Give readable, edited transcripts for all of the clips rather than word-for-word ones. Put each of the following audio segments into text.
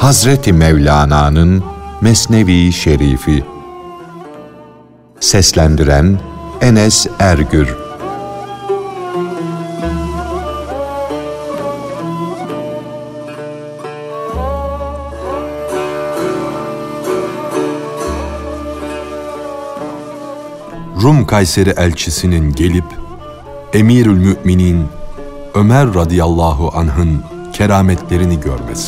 Hazreti Mevlana'nın Mesnevi Şerifi. Seslendiren Enes Ergür. Rum Kayseri elçisinin gelip Emirül Müminin Ömer radıyallahu anh'ın kerametlerini görmesi.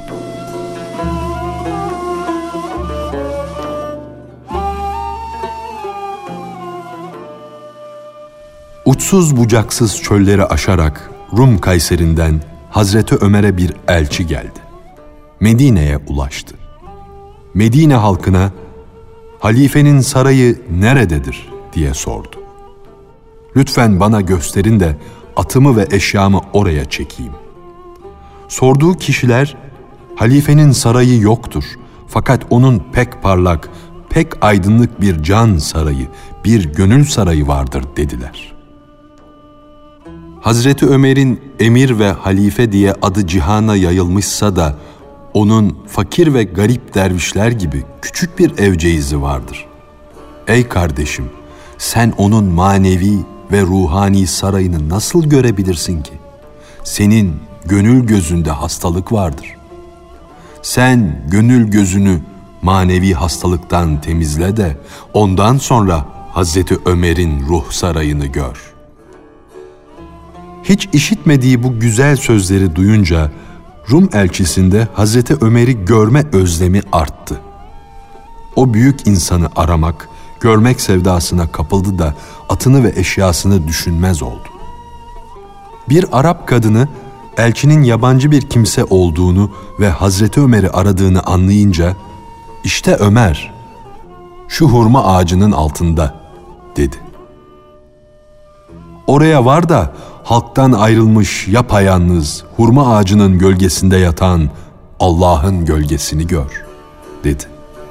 Uçsuz bucaksız çölleri aşarak Rum Kayseri'nden Hazreti Ömer'e bir elçi geldi. Medine'ye ulaştı. Medine halkına "Halifenin sarayı nerededir?" diye sordu. "Lütfen bana gösterin de atımı ve eşyamı oraya çekeyim." Sorduğu kişiler, "Halifenin sarayı yoktur. Fakat onun pek parlak, pek aydınlık bir can sarayı, bir gönül sarayı vardır" dediler. Hazreti Ömer'in emir ve halife diye adı cihana yayılmışsa da onun fakir ve garip dervişler gibi küçük bir evceizi vardır. Ey kardeşim, sen onun manevi ve ruhani sarayını nasıl görebilirsin ki? Senin gönül gözünde hastalık vardır. Sen gönül gözünü manevi hastalıktan temizle de ondan sonra Hazreti Ömer'in ruh sarayını gör. Hiç işitmediği bu güzel sözleri duyunca Rum elçisinde Hazreti Ömer'i görme özlemi arttı. O büyük insanı aramak, görmek sevdasına kapıldı da atını ve eşyasını düşünmez oldu. Bir Arap kadını elçinin yabancı bir kimse olduğunu ve Hazreti Ömer'i aradığını anlayınca "İşte Ömer, şu hurma ağacının altında" dedi. "Oraya var da halktan ayrılmış yapayalnız hurma ağacının gölgesinde yatan Allah'ın gölgesini gör" dedi.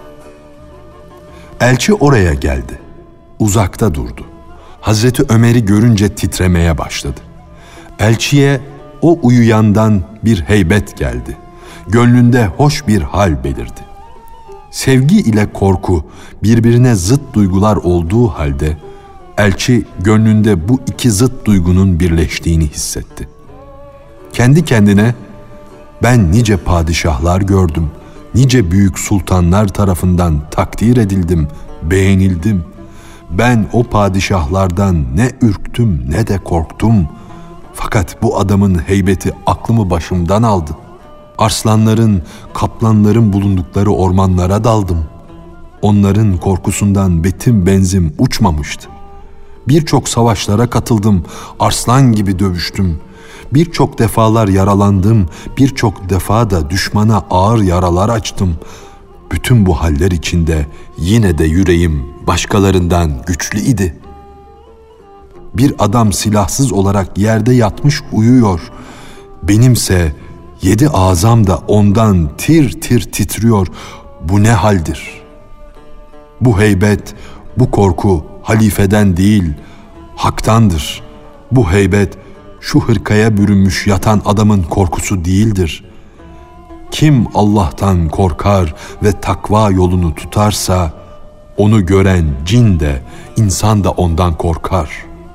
Elçi oraya geldi. Uzakta durdu. Hazreti Ömer'i görünce titremeye başladı. Elçiye o uyuyandan bir heybet geldi. Gönlünde hoş bir hal belirdi. Sevgi ile korku birbirine zıt duygular olduğu halde elçi gönlünde bu iki zıt duygunun birleştiğini hissetti. Kendi kendine "Ben nice padişahlar gördüm, nice büyük sultanlar tarafından takdir edildim, beğenildim. Ben o padişahlardan ne ürktüm ne de korktum. Fakat bu adamın heybeti aklımı başımdan aldı. Arslanların, kaplanların bulundukları ormanlara daldım. Onların korkusundan betim benzim uçmamıştı. Birçok savaşlara katıldım, arslan gibi dövüştüm. Birçok defalar yaralandım, birçok defa da düşmana ağır yaralar açtım. Bütün bu haller içinde yine de yüreğim başkalarından güçlü idi. Bir adam silahsız olarak yerde yatmış uyuyor. Benimse 7 azam da ondan tir tir titriyor. Bu ne haldir? Bu heybet, bu korku halifeden değil, haktandır. Bu heybet, şu hırkaya bürünmüş yatan adamın korkusu değildir. Kim Allah'tan korkar ve takva yolunu tutarsa, onu gören cin de, insan da ondan korkar."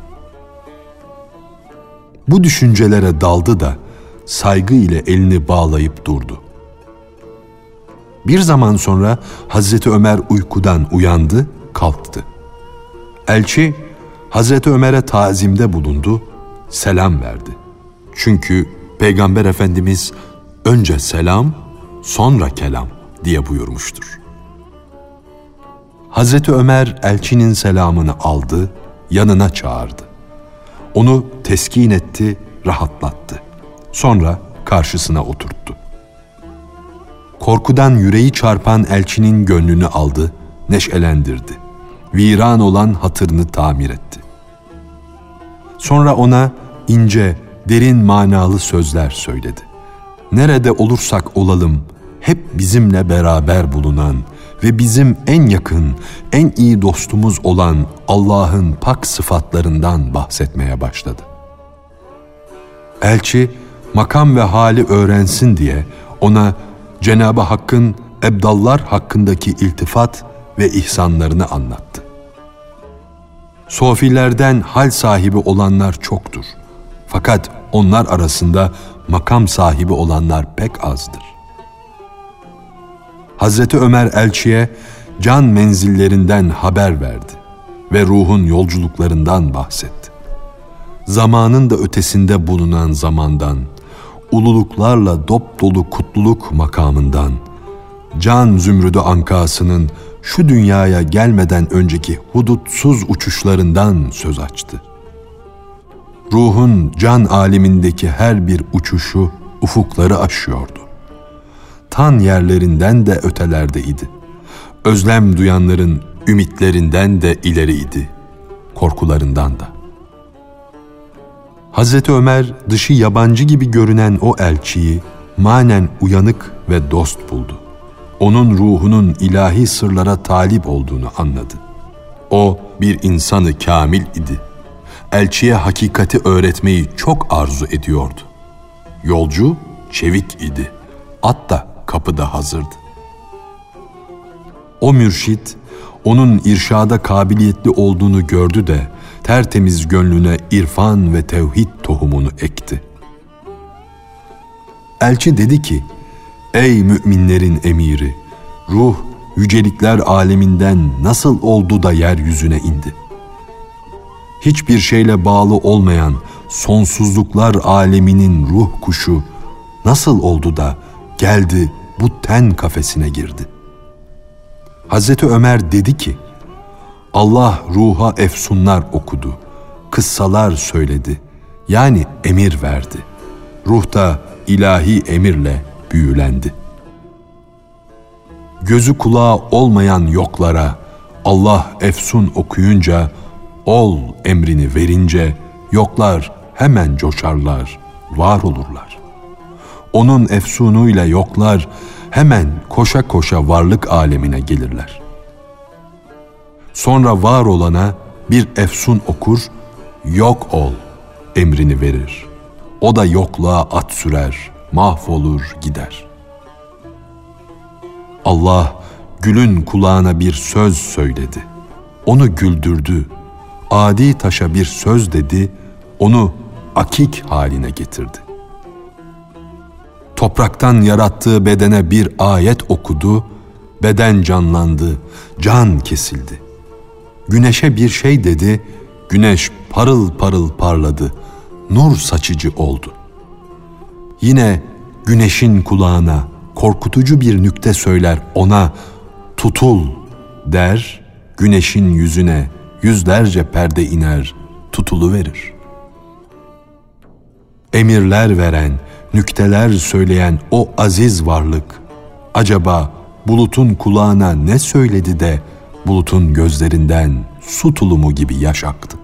Bu düşüncelere daldı da saygı ile elini bağlayıp durdu. Bir zaman sonra Hazreti Ömer uykudan uyandı, kalktı. Elçi Hazreti Ömer'e tazimde bulundu, selam verdi. Çünkü Peygamber Efendimiz önce selam, sonra kelam diye buyurmuştur. Hazreti Ömer elçinin selamını aldı, yanına çağırdı. Onu teskin etti, rahatlattı. Sonra karşısına oturttu. Korkudan yüreği çarpan elçinin gönlünü aldı, neşelendirdi. Viran olan hatırını tamir etti. Sonra ona ince, derin manalı sözler söyledi. Nerede olursak olalım, hep bizimle beraber bulunan ve bizim en yakın, en iyi dostumuz olan Allah'ın pak sıfatlarından bahsetmeye başladı. Elçi makam ve hali öğrensin diye ona Cenab-ı Hakk'ın ebdallar hakkındaki iltifat ve ihsanlarını anlattı. Sofilerden hal sahibi olanlar çoktur. Fakat onlar arasında makam sahibi olanlar pek azdır. Hazreti Ömer elçiye can menzillerinden haber verdi ve ruhun yolculuklarından bahsetti. Zamanın da ötesinde bulunan zamandan, ululuklarla dopdolu kutluluk makamından, can zümrüdü ankasının şu dünyaya gelmeden önceki hudutsuz uçuşlarından söz açtı. Ruhun can alemindeki her bir uçuşu ufukları aşıyordu. Tan yerlerinden de ötelerdeydi. Özlem duyanların ümitlerinden de ileriydi, korkularından da. Hazreti Ömer dışı yabancı gibi görünen o elçiyi manen uyanık ve dost buldu. Onun ruhunun ilahi sırlara talip olduğunu anladı. O bir insanı kamil idi. Elçiye hakikati öğretmeyi çok arzu ediyordu. Yolcu çevik idi. At da kapıda hazırdı. O mürşit, onun irşada kabiliyetli olduğunu gördü de tertemiz gönlüne irfan ve tevhid tohumunu ekti. Elçi dedi ki, ey müminlerin emiri, ruh yücelikler aleminden nasıl oldu da yeryüzüne indi? Hiçbir şeyle bağlı olmayan sonsuzluklar aleminin ruh kuşu nasıl oldu da geldi bu ten kafesine girdi? Hazreti Ömer dedi ki, Allah ruha efsunlar okudu, kıssalar söyledi, yani emir verdi. Ruh da ilahi emirle büyülendi. Gözü kulağı olmayan yoklara Allah efsun okuyunca, ol emrini verince yoklar hemen coşarlar, var olurlar. Onun efsunuyla yoklar hemen koşa koşa varlık alemine gelirler. Sonra var olana bir efsun okur, yok ol emrini verir. O da yokluğa at sürer, mahvolur gider. Allah gülün kulağına bir söz söyledi. Onu güldürdü. Adi taşa bir söz dedi, onu akik haline getirdi. Topraktan yarattığı bedene bir ayet okudu, beden canlandı, can kesildi. Güneşe bir şey dedi, güneş parıl parıl parladı, nur saçıcı oldu. Yine güneşin kulağına korkutucu bir nükte söyler ona, tutul der, güneşin yüzüne yüzlerce perde iner, tutuluverir. Emirler veren, nükteler söyleyen o aziz varlık, acaba bulutun kulağına ne söyledi de bulutun gözlerinden su tulumu gibi yaş aktı?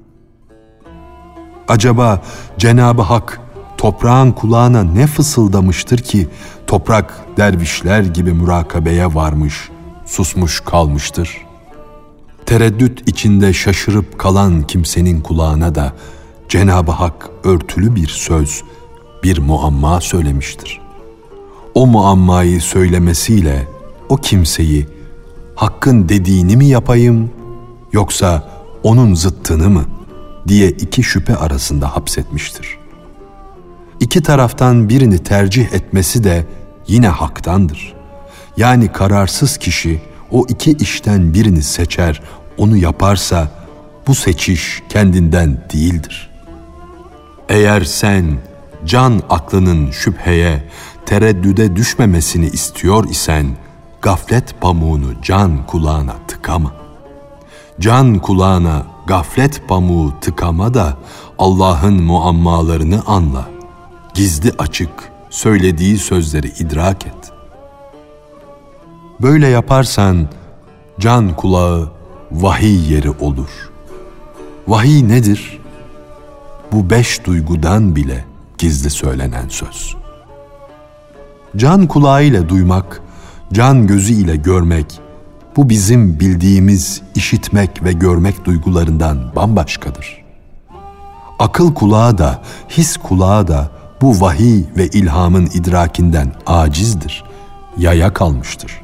Acaba Cenab-ı Hak toprağın kulağına ne fısıldamıştır ki toprak dervişler gibi murakabeye varmış, susmuş kalmıştır? Tereddüt içinde şaşırıp kalan kimsenin kulağına da Cenab-ı Hak örtülü bir söz, bir muamma söylemiştir. O muammayı söylemesiyle o kimseyi Hakk'ın dediğini mi yapayım yoksa onun zıttını mı diye iki şüphe arasında hapsetmiştir. İki taraftan birini tercih etmesi de yine haktandır. Yani kararsız kişi o iki işten birini seçer, onu yaparsa bu seçiş kendinden değildir. Eğer sen can aklının şüpheye, tereddüde düşmemesini istiyor isen, gaflet pamuğunu can kulağına tıkama. Can kulağına gaflet pamuğu tıkama da Allah'ın muammalarını anla. Gizli açık söylediği sözleri idrak et. Böyle yaparsan can kulağı vahiy yeri olur. Vahiy nedir? Bu 5 duygudan bile gizli söylenen söz. Can kulağıyla duymak, can gözüyle görmek, bu bizim bildiğimiz işitmek ve görmek duygularından bambaşkadır. Akıl kulağı da, his kulağı da bu vahiy ve ilhamın idrakinden acizdir. yaya kalmıştır.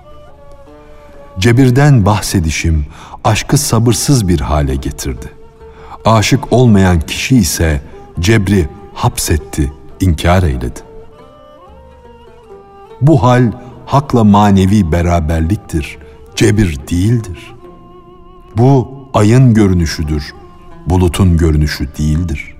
Cebirden bahsedişim aşkı sabırsız bir hale getirdi. Aşık olmayan kişi ise cebri hapsetti, inkar eyledi. Bu hal hakla manevi beraberliktir, cebir değildir. Bu ayın görünüşüdür, bulutun görünüşü değildir.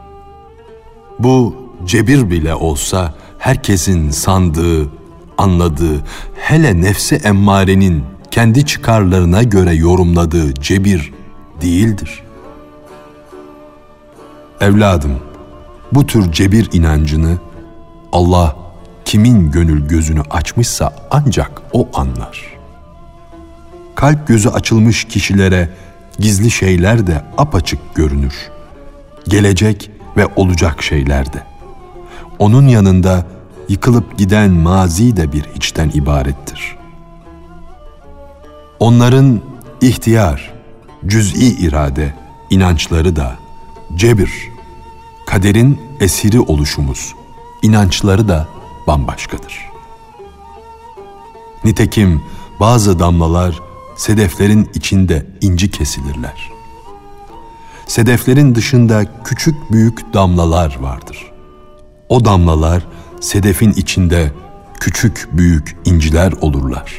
Bu cebir bile olsa herkesin sandığı, anladığı, hele nefsi emmarenin kendi çıkarlarına göre yorumladığı cebir değildir. Evladım, bu tür cebir inancını Allah kimin gönül gözünü açmışsa ancak o anlar. Kalp gözü açılmış kişilere gizli şeyler de apaçık görünür. Gelecek ve olacak şeyler de. Onun yanında yıkılıp giden mazi de bir hiçten ibarettir. Onların ihtiyar, cüz'i irade, inançları da cebir, kaderin esiri oluşumuz, inançları da bambaşkadır. Nitekim bazı damlalar sedeflerin içinde inci kesilirler. Sedeflerin dışında küçük büyük damlalar vardır. O damlalar sedefin içinde küçük büyük inciler olurlar.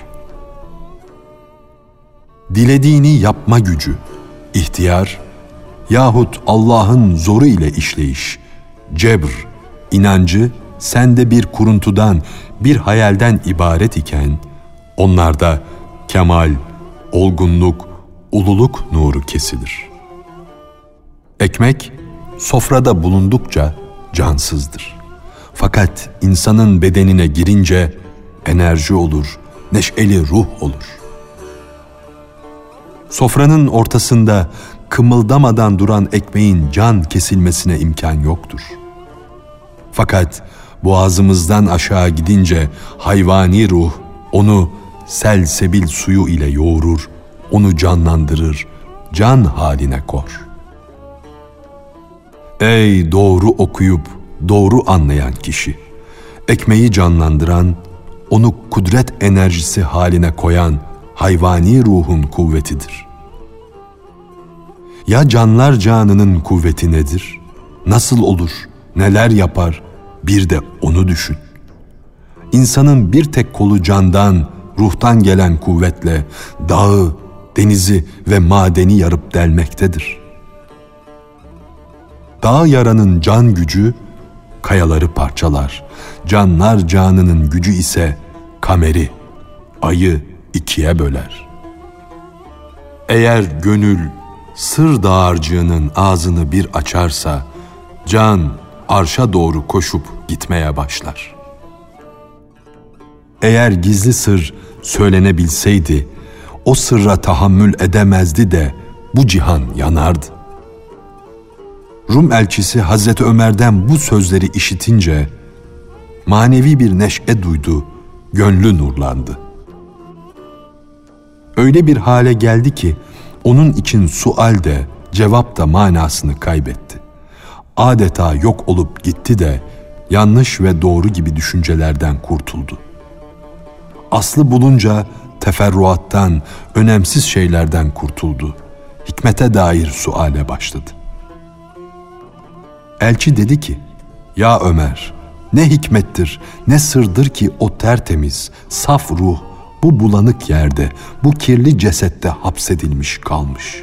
Dilediğini yapma gücü, ihtiyar yahut Allah'ın zoru ile işleyiş, cebr, inancı sende bir kuruntudan, bir hayalden ibaret iken, onlarda kemal, olgunluk, ululuk nuru kesilir. Ekmek sofrada bulundukça cansızdır. Fakat insanın bedenine girince enerji olur, neşeli ruh olur. Sofranın ortasında kımıldamadan duran ekmeğin can kesilmesine imkan yoktur. Fakat boğazımızdan aşağı gidince hayvani ruh onu selsebil suyu ile yoğurur, onu canlandırır, can haline kor. Ey doğru okuyup doğru anlayan kişi, ekmeği canlandıran, onu kudret enerjisi haline koyan hayvani ruhun kuvvetidir. Ya canlar canının kuvveti nedir? Nasıl olur? Neler yapar? Bir de onu düşün. İnsanın bir tek kolu candan, ruhtan gelen kuvvetle dağı, denizi ve madeni yarıp delmektedir. Dağ yaranın can gücü kayaları parçalar. Canlar canının gücü ise kameri, ayı ikiye böler. Eğer gönül sır dağarcığının ağzını bir açarsa, can arşa doğru koşup gitmeye başlar. Eğer gizli sır söylenebilseydi, o sırra tahammül edemezdi de bu cihan yanardı. Rum elçisi Hazreti Ömer'den bu sözleri işitince manevi bir neşe duydu, gönlü nurlandı. Öyle bir hale geldi ki onun için sual de cevap da manasını kaybetti. Adeta yok olup gitti de yanlış ve doğru gibi düşüncelerden kurtuldu. Aslı bulunca teferruattan, önemsiz şeylerden kurtuldu. Hikmete dair suale başladı. Elçi dedi ki, ya Ömer, ne hikmettir, ne sırdır ki o tertemiz, saf ruh bu bulanık yerde, bu kirli cesette hapsedilmiş kalmış.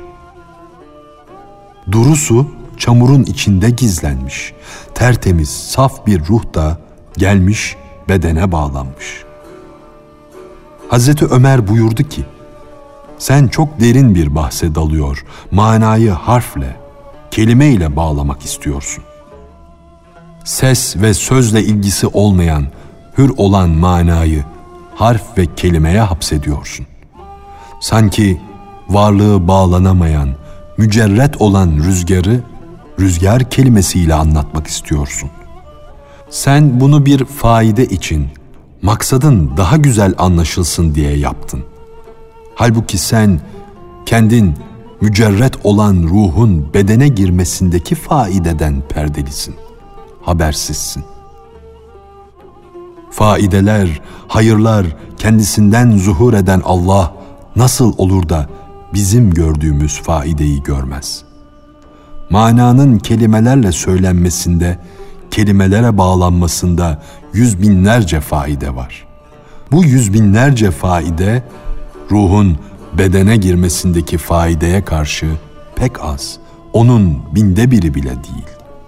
Duru su çamurun içinde gizlenmiş, tertemiz, saf bir ruh da gelmiş bedene bağlanmış. Hazreti Ömer buyurdu ki, sen çok derin bir bahse dalıyor, manayı harfle, kelimeyle bağlamak istiyorsun. Ses ve sözle ilgisi olmayan, hür olan manayı harf ve kelimeye hapsediyorsun. Sanki varlığı bağlanamayan, mücerret olan rüzgarı, rüzgar kelimesiyle anlatmak istiyorsun. Sen bunu bir faide için, maksadın daha güzel anlaşılsın diye yaptın. Halbuki sen, kendin mücerret olan ruhun bedene girmesindeki faideden perdelisin, habersizsin. Faideler, hayırlar kendisinden zuhur eden Allah nasıl olur da bizim gördüğümüz faideyi görmez? Mananın kelimelerle söylenmesinde, kelimelere bağlanmasında yüz binlerce faide var. Bu yüz binlerce faide, ruhun bedene girmesindeki faideye karşı pek az, onun 1/1000 bile değil.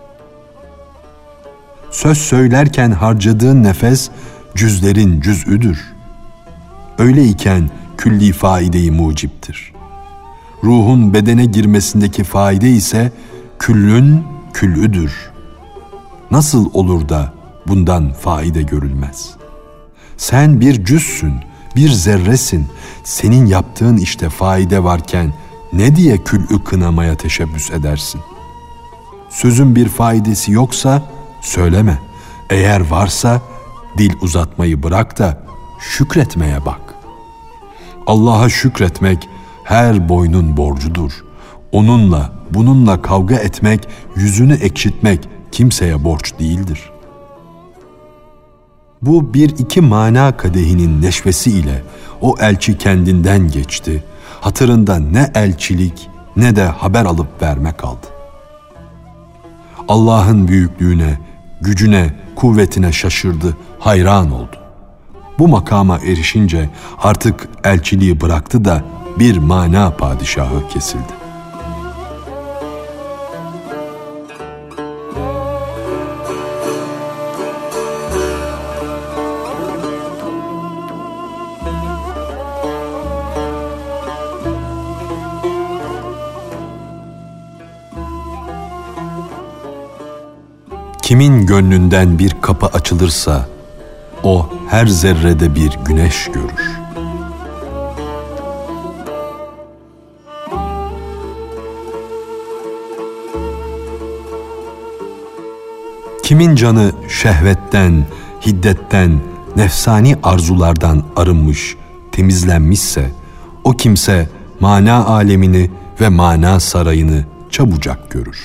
Söz söylerken harcadığın nefes, cüzlerin cüz'üdür. Öyleyken külli faideyi muciptir. Ruhun bedene girmesindeki faide ise küllün küllüdür. Nasıl olur da bundan faide görülmez? Sen bir cüzsün, bir zerresin. Senin yaptığın işte faide varken ne diye kül'ü kınamaya teşebbüs edersin? Sözün bir faidesi yoksa söyleme. Eğer varsa dil uzatmayı bırak da şükretmeye bak. Allah'a şükretmek her boynun borcudur. Onunla, bununla kavga etmek, yüzünü ekşitmek kimseye borç değildir. Bu 1-2 mana kadehinin neşvesiyle o elçi kendinden geçti. Hatırında ne elçilik ne de haber alıp verme kaldı. Allah'ın büyüklüğüne, gücüne, kuvvetine şaşırdı, hayran oldu. Bu makama erişince artık elçiliği bıraktı da bir mana padişahı kesildi. Kimin gönlünden bir kapı açılırsa, o her zerrede bir güneş görür. Kimin canı şehvetten, hiddetten, nefsani arzulardan arınmış, temizlenmişse, o kimse mana alemini ve mana sarayını çabucak görür.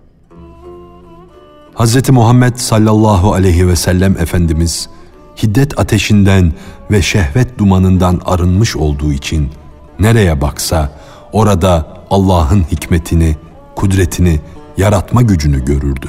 Hz. Muhammed sallallahu aleyhi ve sellem Efendimiz, hiddet ateşinden ve şehvet dumanından arınmış olduğu için nereye baksa orada Allah'ın hikmetini, kudretini, yaratma gücünü görürdü.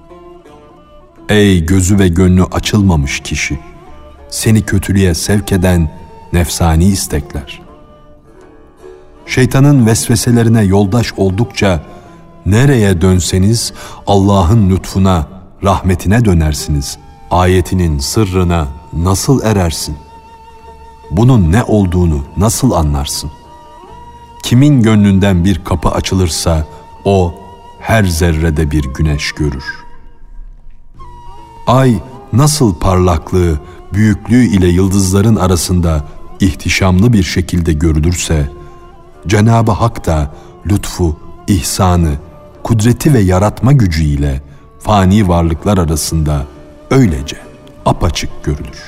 Ey gözü ve gönlü açılmamış kişi! Seni kötülüğe sevk eden nefsani istekler. Şeytanın vesveselerine yoldaş oldukça nereye dönseniz Allah'ın lütfuna, rahmetine dönersiniz. Ayetinin sırrına nasıl erersin? Bunun ne olduğunu nasıl anlarsın? Kimin gönlünden bir kapı açılırsa o her zerrede bir güneş görür. Ay nasıl parlaklığı, büyüklüğü ile yıldızların arasında ihtişamlı bir şekilde görülürse, Cenab-ı Hak da lütfu, ihsanı, kudreti ve yaratma gücü ile fani varlıklar arasında öylece apaçık görülür.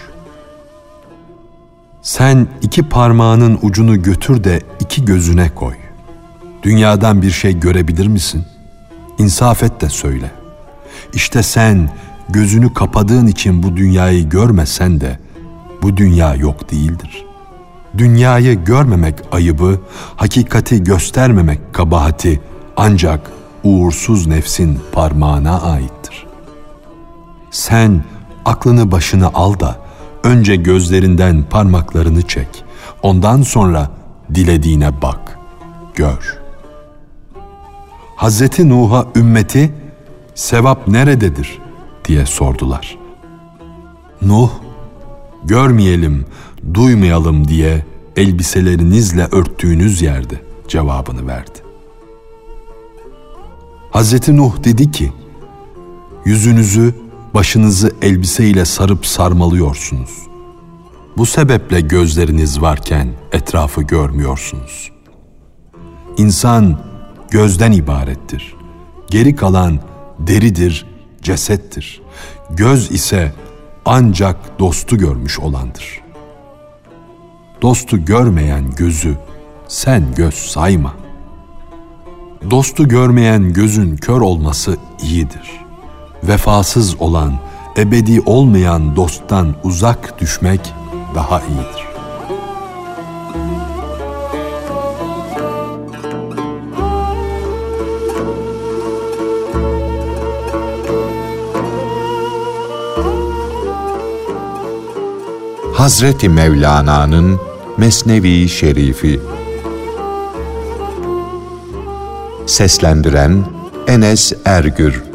Sen 2 parmağının ucunu götür de 2 gözüne koy. Dünyadan bir şey görebilir misin? İnsaf et de söyle. İşte sen gözünü kapadığın için bu dünyayı görmesen de bu dünya yok değildir. Dünyayı görmemek ayıbı, hakikati göstermemek kabahati ancak uğursuz nefsin parmağına aittir. Sen aklını başına al da önce gözlerinden parmaklarını çek. Ondan sonra dilediğine bak, gör. Hazreti Nuh'a ümmeti sevap nerededir diye sordular. Nuh, görmeyelim, duymayalım diye elbiselerinizle örttüğünüz yerde cevabını verdi. Hazreti Nuh dedi ki, yüzünüzü, başınızı elbiseyle sarıp sarmalıyorsunuz. Bu sebeple gözleriniz varken etrafı görmüyorsunuz. İnsan gözden ibarettir. Geri kalan deridir, cesettir. Göz ise ancak dostu görmüş olandır. Dostu görmeyen gözü sen göz sayma. Dostu görmeyen gözün kör olması iyidir. Vefasız olan, ebedi olmayan dosttan uzak düşmek daha iyidir. Hazreti Mevlana'nın Mesnevi Şerifi. Seslendiren Enes Ergür.